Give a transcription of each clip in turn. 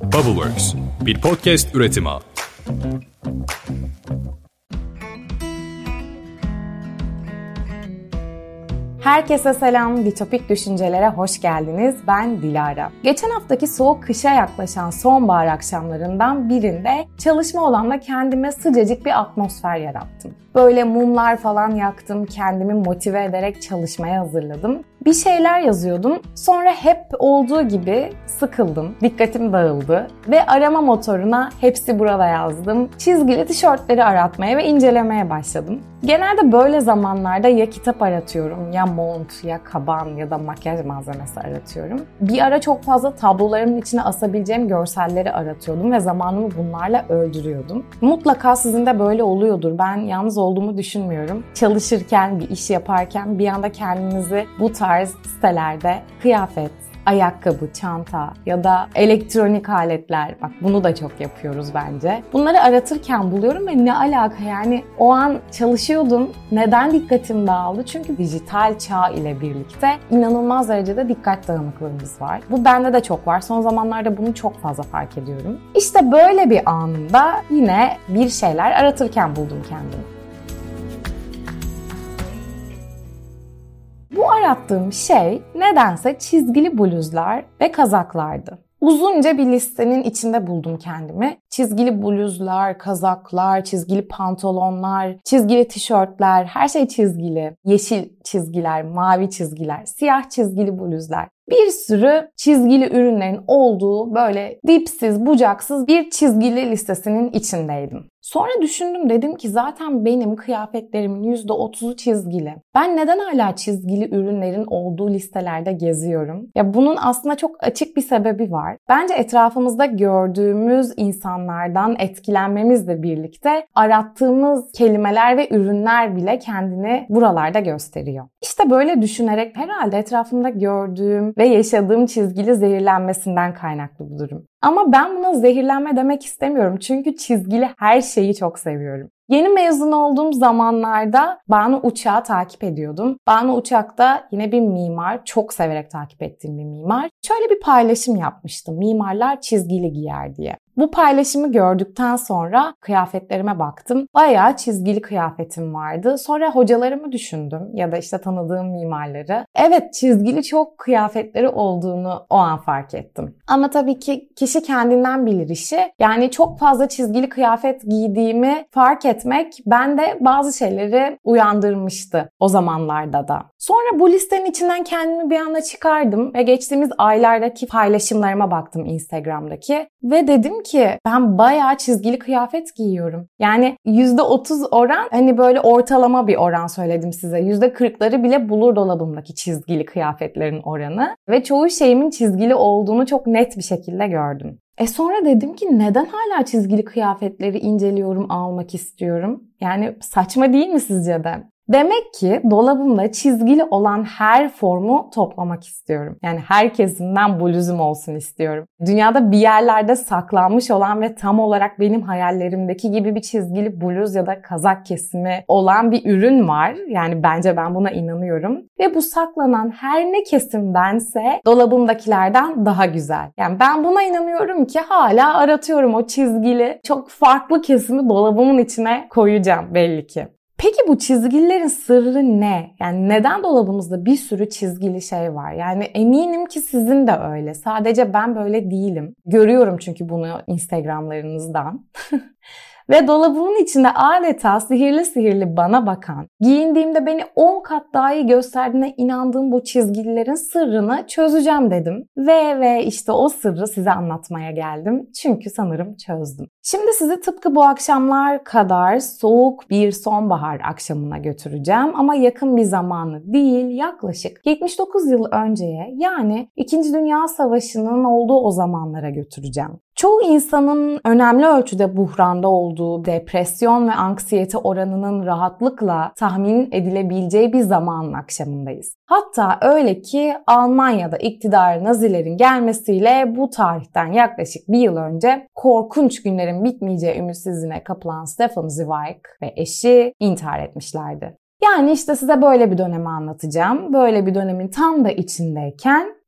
Bubbleworks, bir podcast üretimi. Herkese selam, Ditopik Düşüncelere hoş geldiniz. Ben Dilara. Geçen haftaki soğuk kışa yaklaşan sonbahar akşamlarından birinde çalışma alanında kendime sıcacık bir atmosfer yarattım. Böyle mumlar falan yaktım, kendimi motive ederek çalışmaya hazırladım. Bir şeyler yazıyordum, sonra hep olduğu gibi sıkıldım, dikkatim dağıldı ve arama motoruna hepsi burada yazdım. Çizgili tişörtleri aratmaya ve incelemeye başladım. Genelde böyle zamanlarda ya kitap aratıyorum, ya mont, ya kaban ya da makyaj malzemesi aratıyorum. Bir ara çok fazla tablolarımın içine asabileceğim görselleri aratıyordum ve zamanımı bunlarla öldürüyordum. Mutlaka sizin de böyle oluyordur. Ben yalnız olduğumu düşünmüyorum. Çalışırken, bir iş yaparken bir anda kendinizi bu tarz sitelerde kıyafet, ayakkabı, çanta ya da elektronik aletler, bak bunu da çok yapıyoruz bence. Bunları aratırken buluyorum ve ne alaka, yani o an çalışıyordum. Neden dikkatim dağıldı? Çünkü dijital çağ ile birlikte inanılmaz derecede dikkat dağınıklığımız var. Bu bende de çok var. Son zamanlarda bunu çok fazla fark ediyorum. İşte böyle bir anında yine bir şeyler aratırken buldum kendimi. Bu arattığım şey nedense çizgili bluzlar ve kazaklardı. Uzunca bir listenin içinde buldum kendimi. Çizgili bluzlar, kazaklar, çizgili pantolonlar, çizgili tişörtler, her şey çizgili. Yeşil çizgiler, mavi çizgiler, siyah çizgili bluzlar. Bir sürü çizgili ürünlerin olduğu böyle dipsiz, bucaksız bir çizgili listesinin içindeydim. Sonra düşündüm, dedim ki zaten benim kıyafetlerimin %30'u çizgili. Ben neden hala çizgili ürünlerin olduğu listelerde geziyorum? Ya bunun aslında çok açık bir sebebi var. Bence etrafımızda gördüğümüz insanlardan etkilenmemizle birlikte arattığımız kelimeler ve ürünler bile kendini buralarda gösteriyor. İşte böyle düşünerek herhalde etrafımda gördüğüm ve yaşadığım çizgili zehirlenmesinden kaynaklı bu durum. Ama ben buna zehirlenme demek istemiyorum. Çünkü çizgili her şeyi çok seviyorum. Yeni mezun olduğum zamanlarda Banu Uçak'ı takip ediyordum. Banu Uçak da yine bir mimar, çok severek takip ettiğim bir mimar. Şöyle bir paylaşım yapmıştım, mimarlar çizgili giyer diye. Bu paylaşımı gördükten sonra kıyafetlerime baktım. Bayağı çizgili kıyafetim vardı. Sonra hocalarımı düşündüm ya da işte tanıdığım mimarları. Evet, çizgili çok kıyafetleri olduğunu o an fark ettim. Ama tabii ki kişi kendinden bilir işi. Yani çok fazla çizgili kıyafet giydiğimi fark etmek bende bazı şeyleri uyandırmıştı o zamanlarda da. Sonra bu listenin içinden kendimi bir anda çıkardım ve geçtiğimiz aylardaki paylaşımlarıma baktım Instagram'daki ve dedim ki ben bayağı çizgili kıyafet giyiyorum. Yani %30 oran, hani böyle ortalama bir oran söyledim size. %40'ları bile bulur dolabımdaki çizgili kıyafetlerin oranı ve çoğu şeyimin çizgili olduğunu çok net bir şekilde gördüm. Sonra dedim ki neden hala çizgili kıyafetleri inceliyorum, almak istiyorum? Yani saçma değil mi sizce de? Demek ki dolabımda çizgili olan her formu toplamak istiyorum. Yani her kesimden bluzum olsun istiyorum. Dünyada bir yerlerde saklanmış olan ve tam olarak benim hayallerimdeki gibi bir çizgili bluz ya da kazak kesimi olan bir ürün var. Yani bence ben buna inanıyorum. Ve bu saklanan her ne kesimdense dolabımdakilerden daha güzel. Yani ben buna inanıyorum ki hala aratıyorum o çizgili, çok farklı kesimi dolabımın içine koyacağım belli ki. Peki bu çizgilerin sırrı ne? Yani neden dolabımızda bir sürü çizgili şey var? Yani eminim ki sizin de öyle. Sadece ben böyle değilim. Görüyorum çünkü bunu Instagram'larınızdan. Ve dolabımın içinde adeta sihirli sihirli bana bakan, giyindiğimde beni 10 kat daha iyi gösterdiğine inandığım bu çizgililerin sırrını çözeceğim dedim. Ve işte o sırrı size anlatmaya geldim. Çünkü sanırım çözdüm. Şimdi sizi tıpkı bu akşamlar kadar soğuk bir sonbahar akşamına götüreceğim. Ama yakın bir zamanı değil, yaklaşık 79 yıl önceye, yani 2. Dünya Savaşı'nın olduğu o zamanlara götüreceğim. Çoğu insanın önemli ölçüde buhranda olduğu, depresyon ve anksiyete oranının rahatlıkla tahmin edilebileceği bir zamanın akşamındayız. Hatta öyle ki Almanya'da iktidara Nazilerin gelmesiyle bu tarihten yaklaşık bir yıl önce korkunç günlerin bitmeyeceği ümitsizliğine kapılan Stefan Zweig ve eşi intihar etmişlerdi. Yani işte size böyle bir dönemi anlatacağım. Böyle bir dönemin tam da içindeyken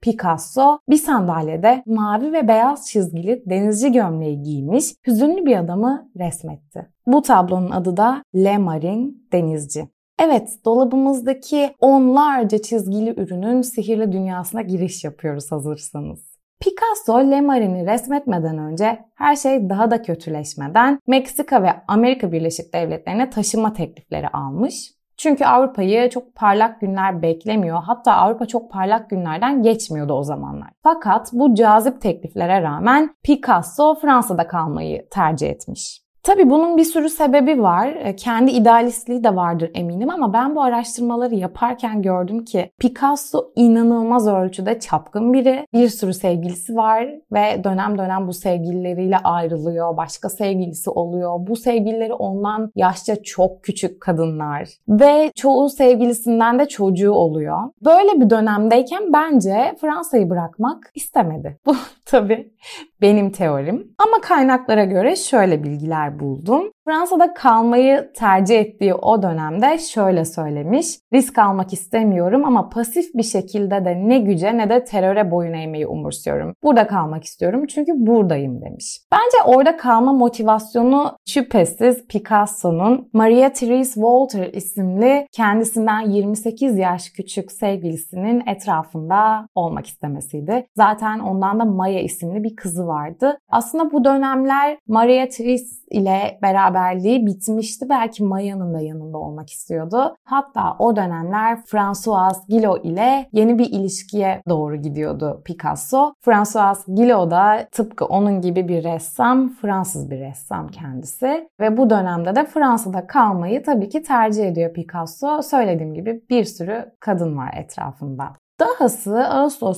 Picasso bir sandalyede mavi ve beyaz çizgili denizci gömleği giymiş hüzünlü bir adamı resmetti. Bu tablonun adı da Le Marin, denizci. Evet, dolabımızdaki onlarca çizgili ürünün sihirli dünyasına giriş yapıyoruz hazırsanız. Picasso, Le Marin'i resmetmeden önce her şey daha da kötüleşmeden Meksika ve Amerika Birleşik Devletleri'ne taşıma teklifleri almış. Çünkü Avrupa'yı çok parlak günler beklemiyor. Hatta Avrupa çok parlak günlerden geçmiyordu o zamanlar. Fakat bu cazip tekliflere rağmen Picasso Fransa'da kalmayı tercih etmiş. Tabii bunun bir sürü sebebi var. Kendi idealistliği de vardır eminim ama ben bu araştırmaları yaparken gördüm ki Picasso inanılmaz ölçüde çapkın biri. Bir sürü sevgilisi var ve dönem dönem bu sevgilileriyle ayrılıyor. Başka sevgilisi oluyor. Bu sevgilileri ondan yaşça çok küçük kadınlar. Ve çoğu sevgilisinden de çocuğu oluyor. Böyle bir dönemdeyken bence Fransa'yı bırakmak istemedi. Bu tabii benim teorim. Ama kaynaklara göre şöyle bilgiler buldum. Fransa'da kalmayı tercih ettiği o dönemde şöyle söylemiş. Risk almak istemiyorum ama pasif bir şekilde de ne güce ne de teröre boyun eğmeyi umursuyorum. Burada kalmak istiyorum çünkü buradayım demiş. Bence orada kalma motivasyonu şüphesiz Picasso'nun Maria Therese Walter isimli kendisinden 28 yaş küçük sevgilisinin etrafında olmak istemesiydi. Zaten ondan da Maya isimli bir kızı vardı. Aslında bu dönemler Maria Therese ile beraberliği bitmişti. Belki Maya'nın da yanında olmak istiyordu. Hatta o dönemler Françoise Gillot ile yeni bir ilişkiye doğru gidiyordu Picasso. Françoise Gillot da tıpkı onun gibi bir ressam, Fransız bir ressam kendisi. Ve bu dönemde de Fransa'da kalmayı tabii ki tercih ediyor Picasso. Söylediğim gibi bir sürü kadın var etrafında. Dahası Ağustos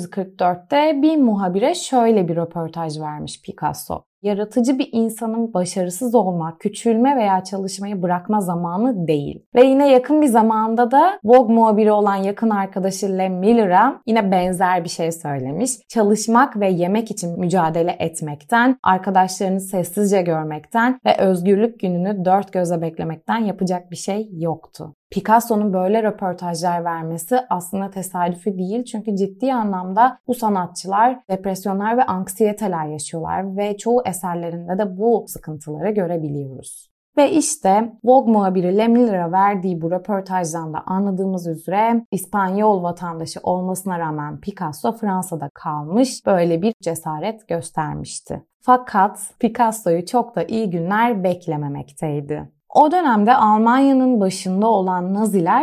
1944'te bir muhabire şöyle bir röportaj vermiş Picasso. Yaratıcı bir insanın başarısız olmak, küçülme veya çalışmayı bırakma zamanı değil. Ve yine yakın bir zamanda da Vogue muhabiri olan yakın arkadaşı Le Miller'a yine benzer bir şey söylemiş. Çalışmak ve yemek için mücadele etmekten, arkadaşlarını sessizce görmekten ve özgürlük gününü dört gözle beklemekten yapacak bir şey yoktu. Picasso'nun böyle röportajlar vermesi aslında tesadüfi değil çünkü ciddi anlamda bu sanatçılar depresyonlar ve anksiyeteler yaşıyorlar ve çoğu eserlerinde de bu sıkıntıları görebiliyoruz. Ve işte Vogue muhabiri Le Miller'a verdiği bu röportajdan da anladığımız üzere İspanyol vatandaşı olmasına rağmen Picasso Fransa'da kalmış, böyle bir cesaret göstermişti. Fakat Picasso'yu çok da iyi günler beklememekteydi. O dönemde Almanya'nın başında olan Naziler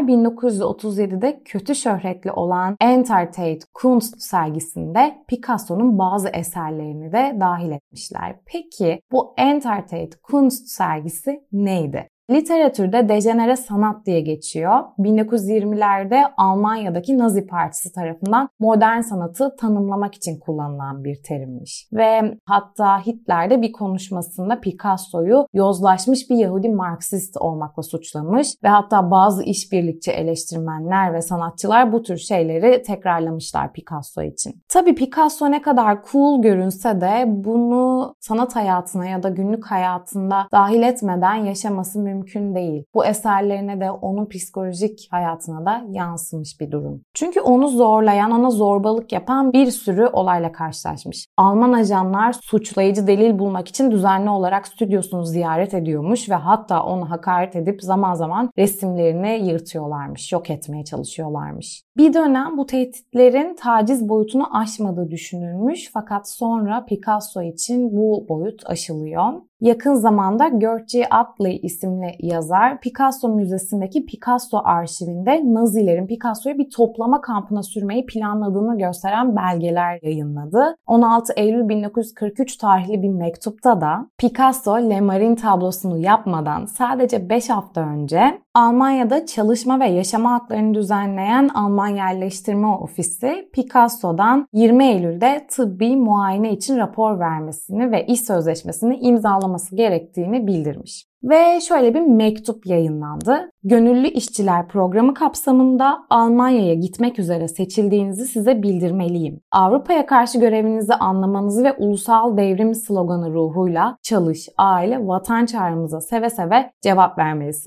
1937'de kötü şöhretli olan Entartate Kunst sergisinde Picasso'nun bazı eserlerini de dahil etmişler. Peki bu Entartate Kunst sergisi neydi? Literatürde dejenere sanat diye geçiyor. 1920'lerde Almanya'daki Nazi Partisi tarafından modern sanatı tanımlamak için kullanılan bir terimmiş. Ve hatta Hitler de bir konuşmasında Picasso'yu yozlaşmış bir Yahudi Marksist olmakla suçlamış ve hatta bazı işbirlikçi eleştirmenler ve sanatçılar bu tür şeyleri tekrarlamışlar Picasso için. Tabii Picasso ne kadar cool görünse de bunu sanat hayatına ya da günlük hayatında dahil etmeden yaşaması mümkün değil. Bu eserlerine de onun psikolojik hayatına da yansımış bir durum. Çünkü onu zorlayan, ona zorbalık yapan bir sürü olayla karşılaşmış. Alman ajanlar suçlayıcı delil bulmak için düzenli olarak stüdyosunu ziyaret ediyormuş ve hatta onu hakaret edip zaman zaman resimlerini yırtıyorlarmış, yok etmeye çalışıyorlarmış. Bir dönem bu tehditlerin taciz boyutunu aşmadığı düşünülmüş fakat sonra Picasso için bu boyut aşılıyor. Yakın zamanda Gertrude Atley isimli yazar Picasso Müzesi'ndeki Picasso arşivinde Nazilerin Picasso'yu bir toplama kampına sürmeyi planladığını gösteren belgeler yayınladı. 16 Eylül 1943 tarihli bir mektupta da Picasso Le Marin tablosunu yapmadan sadece 5 hafta önce Almanya'da çalışma ve yaşama haklarını düzenleyen Alman Yerleştirme Ofisi Picasso'dan 20 Eylül'de tıbbi muayene için rapor vermesini ve iş sözleşmesini imzalaması gerektiğini bildirmiş. Ve şöyle bir mektup yayınlandı. Gönüllü işçiler programı kapsamında Almanya'ya gitmek üzere seçildiğinizi size bildirmeliyim. Avrupa'ya karşı görevinizi anlamanızı ve ulusal devrim sloganı ruhuyla çalış, aile, vatan çağrımıza seve seve cevap vermelisiniz.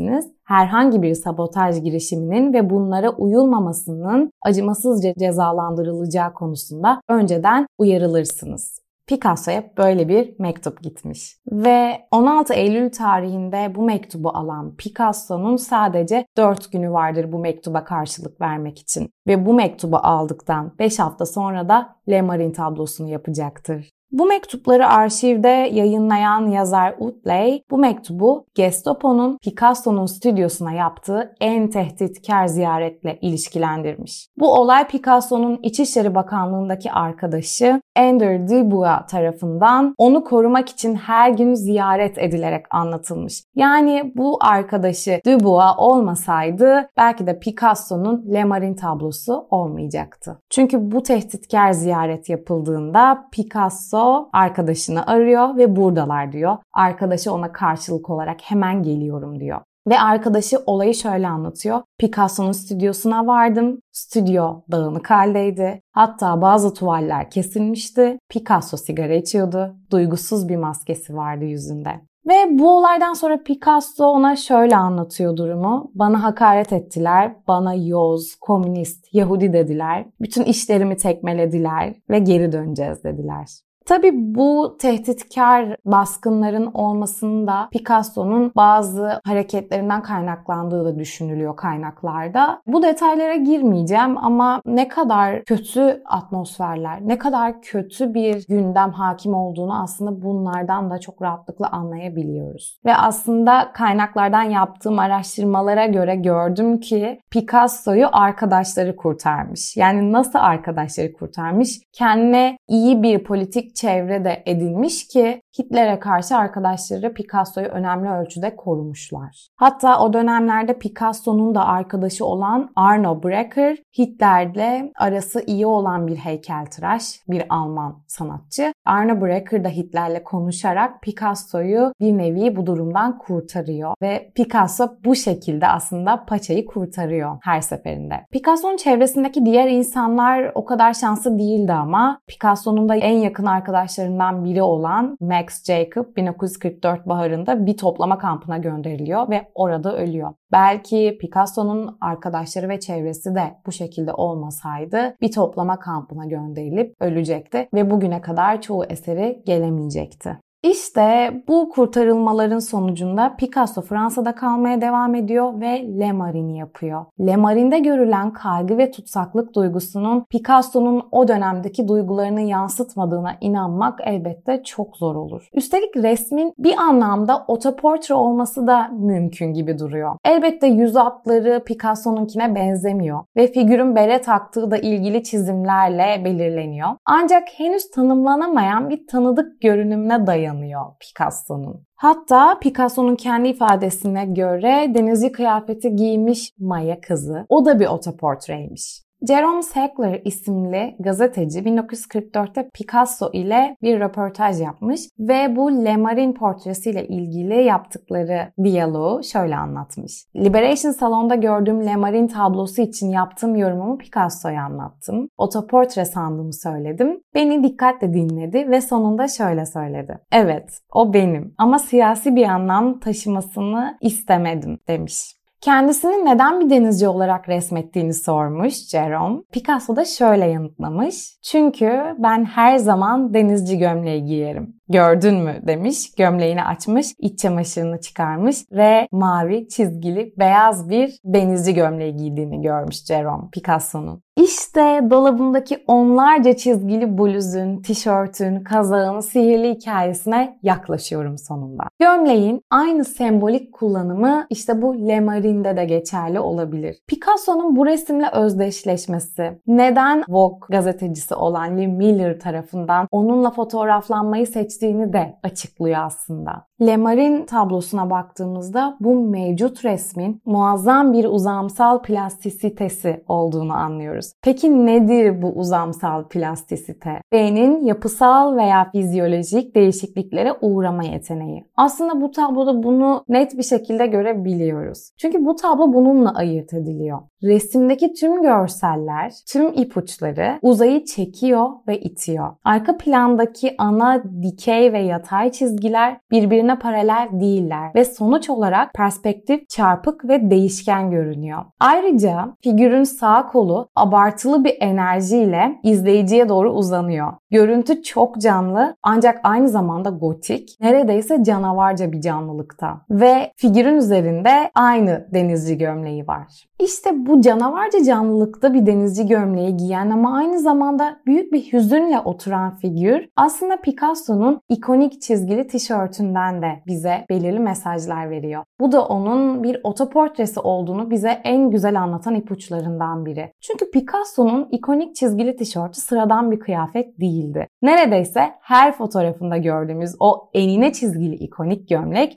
herhangi bir sabotaj girişiminin ve bunlara uyulmamasının acımasızca cezalandırılacağı konusunda önceden uyarılırsınız. Picasso'ya böyle bir mektup gitmiş. Ve 16 Eylül tarihinde bu mektubu alan Picasso'nun sadece 4 günü vardır bu mektuba karşılık vermek için. Ve bu mektubu aldıktan 5 hafta sonra da Le Marin tablosunu yapacaktır. Bu mektupları arşivde yayınlayan yazar Utley, bu mektubu Gestapo'nun Picasso'nun stüdyosuna yaptığı en tehditkar ziyaretle ilişkilendirmiş. Bu olay Picasso'nun İçişleri Bakanlığı'ndaki arkadaşı Andrew Dubois tarafından onu korumak için her gün ziyaret edilerek anlatılmış. Yani bu arkadaşı Dubois olmasaydı belki de Picasso'nun Le Marin tablosu olmayacaktı. Çünkü bu tehditkar ziyaret yapıldığında Picasso arkadaşını arıyor ve buradalar diyor. Arkadaşı ona karşılık olarak hemen geliyorum diyor. Ve arkadaşı olayı şöyle anlatıyor. Picasso'nun stüdyosuna vardım. Stüdyo dağınık haldeydi. Hatta bazı tuvaller kesilmişti. Picasso sigara içiyordu. Duygusuz bir maskesi vardı yüzünde. Ve bu olaydan sonra Picasso ona şöyle anlatıyor durumu. Bana hakaret ettiler, bana yoz, komünist, Yahudi dediler. Bütün işlerimi tekmelediler ve geri döneceğiz dediler. Tabii bu tehditkar baskınların olmasında Picasso'nun bazı hareketlerinden kaynaklandığı da düşünülüyor kaynaklarda. Bu detaylara girmeyeceğim ama ne kadar kötü atmosferler, ne kadar kötü bir gündem hakim olduğunu aslında bunlardan da çok rahatlıkla anlayabiliyoruz. Ve aslında kaynaklardan yaptığım araştırmalara göre gördüm ki Picasso'yu arkadaşları kurtarmış. Yani nasıl arkadaşları kurtarmış? Kendine iyi bir politik çevrede edinmiş ki Hitler'e karşı arkadaşları Picasso'yu önemli ölçüde korumuşlar. Hatta o dönemlerde Picasso'nun da arkadaşı olan Arno Breker, Hitler'le arası iyi olan bir heykeltıraş, bir Alman sanatçı. Arno Breker da Hitler'le konuşarak Picasso'yu bir nevi bu durumdan kurtarıyor ve Picasso bu şekilde aslında paçayı kurtarıyor her seferinde. Picasso'nun çevresindeki diğer insanlar o kadar şanslı değildi ama Picasso'nun da en yakın arkadaşlarından biri olan Max Jacob 1944 baharında bir toplama kampına gönderiliyor ve orada ölüyor. Belki Picasso'nun arkadaşları ve çevresi de bu şekilde olmasaydı bir toplama kampına gönderilip ölecekti ve bugüne kadar çoğu eseri gelemeyecekti. İşte bu kurtarılmaların sonucunda Picasso Fransa'da kalmaya devam ediyor ve Le Marin'i yapıyor. Le Marin'de görülen kaygı ve tutsaklık duygusunun Picasso'nun o dönemdeki duygularını yansıtmadığına inanmak elbette çok zor olur. Üstelik resmin bir anlamda otoportre olması da mümkün gibi duruyor. Elbette yüz hatları Picasso'nunkine benzemiyor ve figürün bere taktığı da ilgili çizimlerle belirleniyor. Ancak henüz tanımlanamayan bir tanıdık görünümüne dayanıyor Picasso'nun. Hatta Picasso'nun kendi ifadesine göre denizci kıyafeti giymiş Maya kızı. O da bir otoportreymiş. Jerome Sackler isimli gazeteci 1944'te Picasso ile bir röportaj yapmış ve bu Le Marin portresiyle ilgili yaptıkları diyaloğu şöyle anlatmış. Liberation Salon'da gördüğüm Le Marin tablosu için yaptığım yorumumu Picasso'ya anlattım. Otoportre sandığımı söyledim. Beni dikkatle dinledi ve sonunda şöyle söyledi. Evet, o benim ama siyasi bir anlam taşımasını istemedim demiş. Kendisini neden bir denizci olarak resmettiğini sormuş Jerome. Picasso da şöyle yanıtlamış. Çünkü ben her zaman denizci gömleği giyerim. Gördün mü demiş. Gömleğini açmış, iç çamaşırını çıkarmış ve mavi çizgili beyaz bir denizci gömleği giydiğini görmüş Jerome Picasso'nun. İşte dolabındaki onlarca çizgili bluzun, tişörtün, kazağın sihirli hikayesine yaklaşıyorum sonunda. Gömleğin aynı sembolik kullanımı işte bu Le Marin'de de geçerli olabilir. Picasso'nun bu resimle özdeşleşmesi, neden Vogue gazetecisi olan Lee Miller tarafından onunla fotoğraflanmayı seçtiğini de açıklıyor aslında. Le Marin tablosuna baktığımızda bu mevcut resmin muazzam bir uzamsal plastisitesi olduğunu anlıyoruz. Peki nedir bu uzamsal plastisite? Beynin yapısal veya fizyolojik değişikliklere uğrama yeteneği. Aslında bu tabloda bunu net bir şekilde görebiliyoruz. Çünkü bu tablo bununla ayırt ediliyor. Resimdeki tüm görseller, tüm ipuçları uzayı çekiyor ve itiyor. Arka plandaki ana dikey dikey ve yatay çizgiler birbirine paralel değiller ve sonuç olarak perspektif çarpık ve değişken görünüyor. Ayrıca figürün sağ kolu abartılı bir enerjiyle izleyiciye doğru uzanıyor. Görüntü çok canlı ancak aynı zamanda gotik, neredeyse canavarca bir canlılıkta. Ve figürün üzerinde aynı denizci gömleği var. İşte bu canavarca canlılıkta bir denizci gömleği giyen ama aynı zamanda büyük bir hüzünle oturan figür aslında Picasso'nun ikonik çizgili tişörtünden de bize belirli mesajlar veriyor. Bu da onun bir otoportresi olduğunu bize en güzel anlatan ipuçlarından biri. Çünkü Picasso'nun ikonik çizgili tişörtü sıradan bir kıyafet değildi. Neredeyse her fotoğrafında gördüğümüz o enine çizgili ikonik gömlek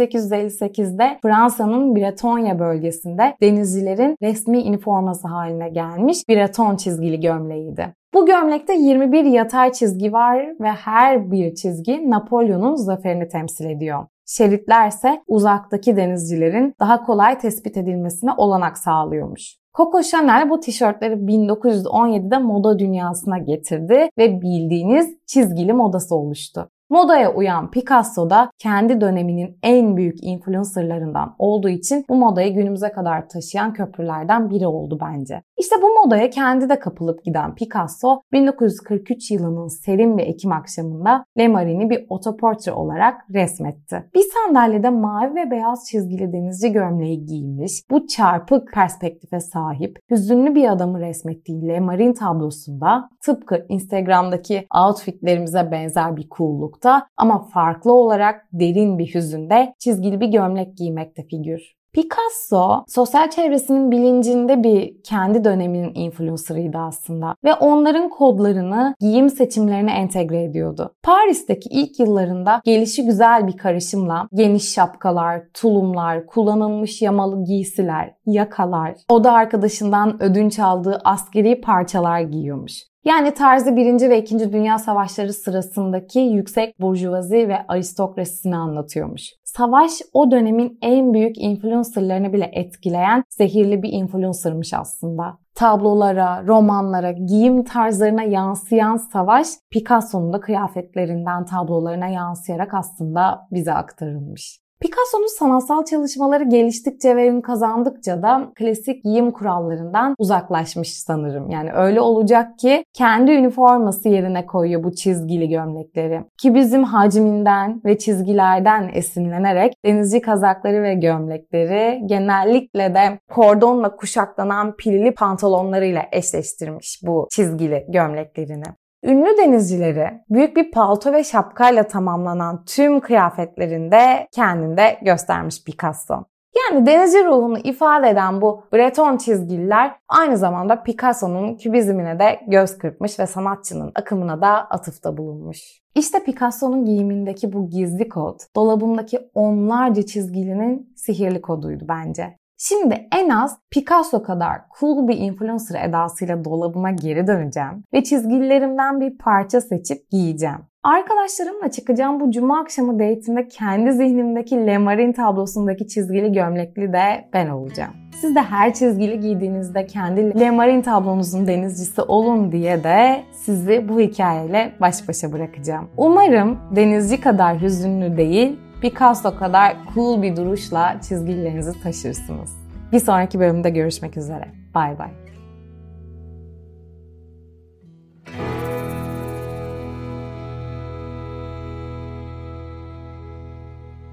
1858'de Fransa'nın Bretonya bölgesinde denizcilerin resmi üniforması haline gelmiş Breton çizgili gömleğiydi. Bu gömlekte 21 yatay çizgi var ve her bir çizgi Napolyon'un zaferini temsil ediyor. Şeritler ise uzaktaki denizcilerin daha kolay tespit edilmesine olanak sağlıyormuş. Coco Chanel bu tişörtleri 1917'de moda dünyasına getirdi ve bildiğiniz çizgili modası oluştu. Modaya uyan Picasso da kendi döneminin en büyük influencerlarından olduğu için bu modayı günümüze kadar taşıyan köprülerden biri oldu bence. İşte bu modaya kendi de kapılıp giden Picasso 1943 yılının serin bir Ekim akşamında Le Marine'i bir otoportre olarak resmetti. Bir sandalyede mavi ve beyaz çizgili denizci gömleği giymiş, bu çarpık perspektife sahip, hüzünlü bir adamı resmettiği Le Marine tablosunda tıpkı Instagram'daki outfitlerimize benzer bir cool'luk ama farklı olarak derin bir hüzünde çizgili bir gömlek giymekte figür. Picasso, sosyal çevresinin bilincinde bir kendi döneminin influencer'ıydı aslında ve onların kodlarını giyim seçimlerine entegre ediyordu. Paris'teki ilk yıllarında gelişigüzel bir karışımla geniş şapkalar, tulumlar, kullanılmış yamalı giysiler, yakalar, oda arkadaşından ödünç aldığı askeri parçalar giyiyormuş. Yani tarzı 1. ve 2. Dünya Savaşları sırasındaki yüksek burjuvazi ve aristokrasisini anlatıyormuş. Savaş o dönemin en büyük influencerlarını bile etkileyen zehirli bir influencermış aslında. Tablolara, romanlara, giyim tarzlarına yansıyan savaş, Picasso'nun da kıyafetlerinden tablolarına yansıyarak aslında bize aktarılmış. Picasso'nun sanatsal çalışmaları geliştikçe ve ün kazandıkça da klasik giyim kurallarından uzaklaşmış sanırım. Yani öyle olacak ki kendi üniforması yerine koyuyor bu çizgili gömlekleri. Kübizm hacminden ve çizgilerden esinlenerek denizci kazakları ve gömlekleri genellikle de kordonla kuşaklanan pilli pantolonlarıyla eşleştirmiş bu çizgili gömleklerini. Ünlü denizcileri büyük bir palto ve şapkayla tamamlanan tüm kıyafetlerinde kendinde göstermiş Picasso. Yani denizci ruhunu ifade eden bu Breton çizgiler aynı zamanda Picasso'nun kübizmine de göz kırpmış ve sanatçının akımına da atıfta bulunmuş. İşte Picasso'nun giyimindeki bu gizli kod, dolabımdaki onlarca çizgilinin sihirli koduydu bence. Şimdi en az Picasso kadar cool bir influencer edasıyla dolabıma geri döneceğim ve çizgilerimden bir parça seçip giyeceğim. Arkadaşlarımla çıkacağım bu cuma akşamı date'imde kendi zihnimdeki Le Marine tablosundaki çizgili gömlekli de ben olacağım. Siz de her çizgili giydiğinizde kendi Le Marine tablonuzun denizcisi olun diye de sizi bu hikayeyle baş başa bırakacağım. Umarım denizci kadar hüzünlü değil, Picasso kadar cool bir duruşla çizgilerinizi taşırsınız. Bir sonraki bölümde görüşmek üzere. Bye bye.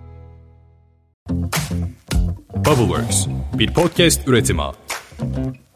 Bubbleworks, bir podcast üretimi.